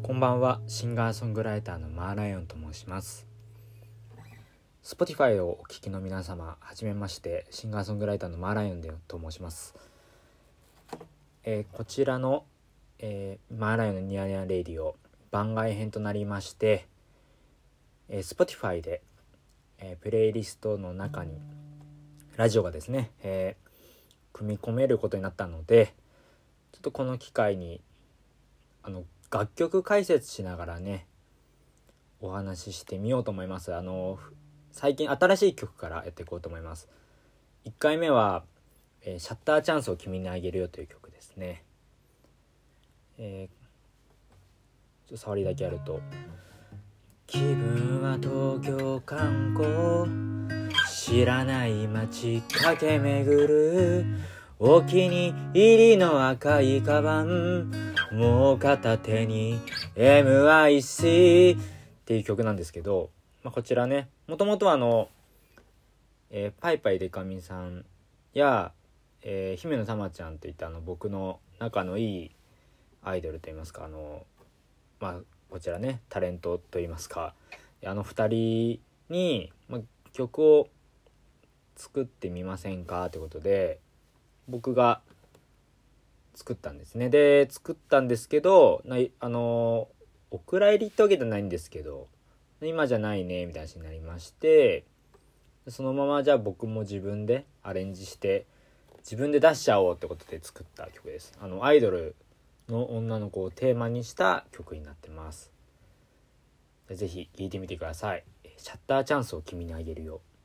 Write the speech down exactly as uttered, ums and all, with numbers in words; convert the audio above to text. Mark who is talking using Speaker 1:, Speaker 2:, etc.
Speaker 1: こんばんは。シンガーソングライターのマーライオンと申します。 Spotify をお聞きの皆様、はじめまして。シンガーソングライターのマーライオンと申します。えー、こちらの、えー、マーライオンのニヤニヤレイディオ番外編となりまして、えー、Spotify で、えー、プレイリストの中にラジオがですね、えー、組み込めることになったので、ちょっとこの機会にあの楽曲解説しながらねお話ししてみようと思います。あの最近新しい曲からやっていこうと思います。いっかいめは、えー、シャッターチャンスを君にあげるよという曲ですね。えー、ちょっと触りだけやると、気分は東京観光、知らない街駆け巡る、お気に入りの赤いカバン、もう片手に エムアイシー っていう曲なんですけど、まあ、こちらね、もともとあの、えー、パイパイデカミさんや、えー、姫野たまちゃんといったあの僕の仲のいいアイドルといいますか、あのまあこちらねタレントといいますか、あのふたりに、まあ、曲を作ってみませんかということで僕が作ったんですね。で作ったんですけど、なあのお蔵入りってわけじゃないんですけど、今じゃないねみたいな話になりまして、そのままじゃあ僕も自分でアレンジして自分で出しちゃおうってことで作った曲です。あのアイドルの女の子をテーマにした曲になってます。ぜひ聴いてみてください。シャッターチャンスを君にあげるよ。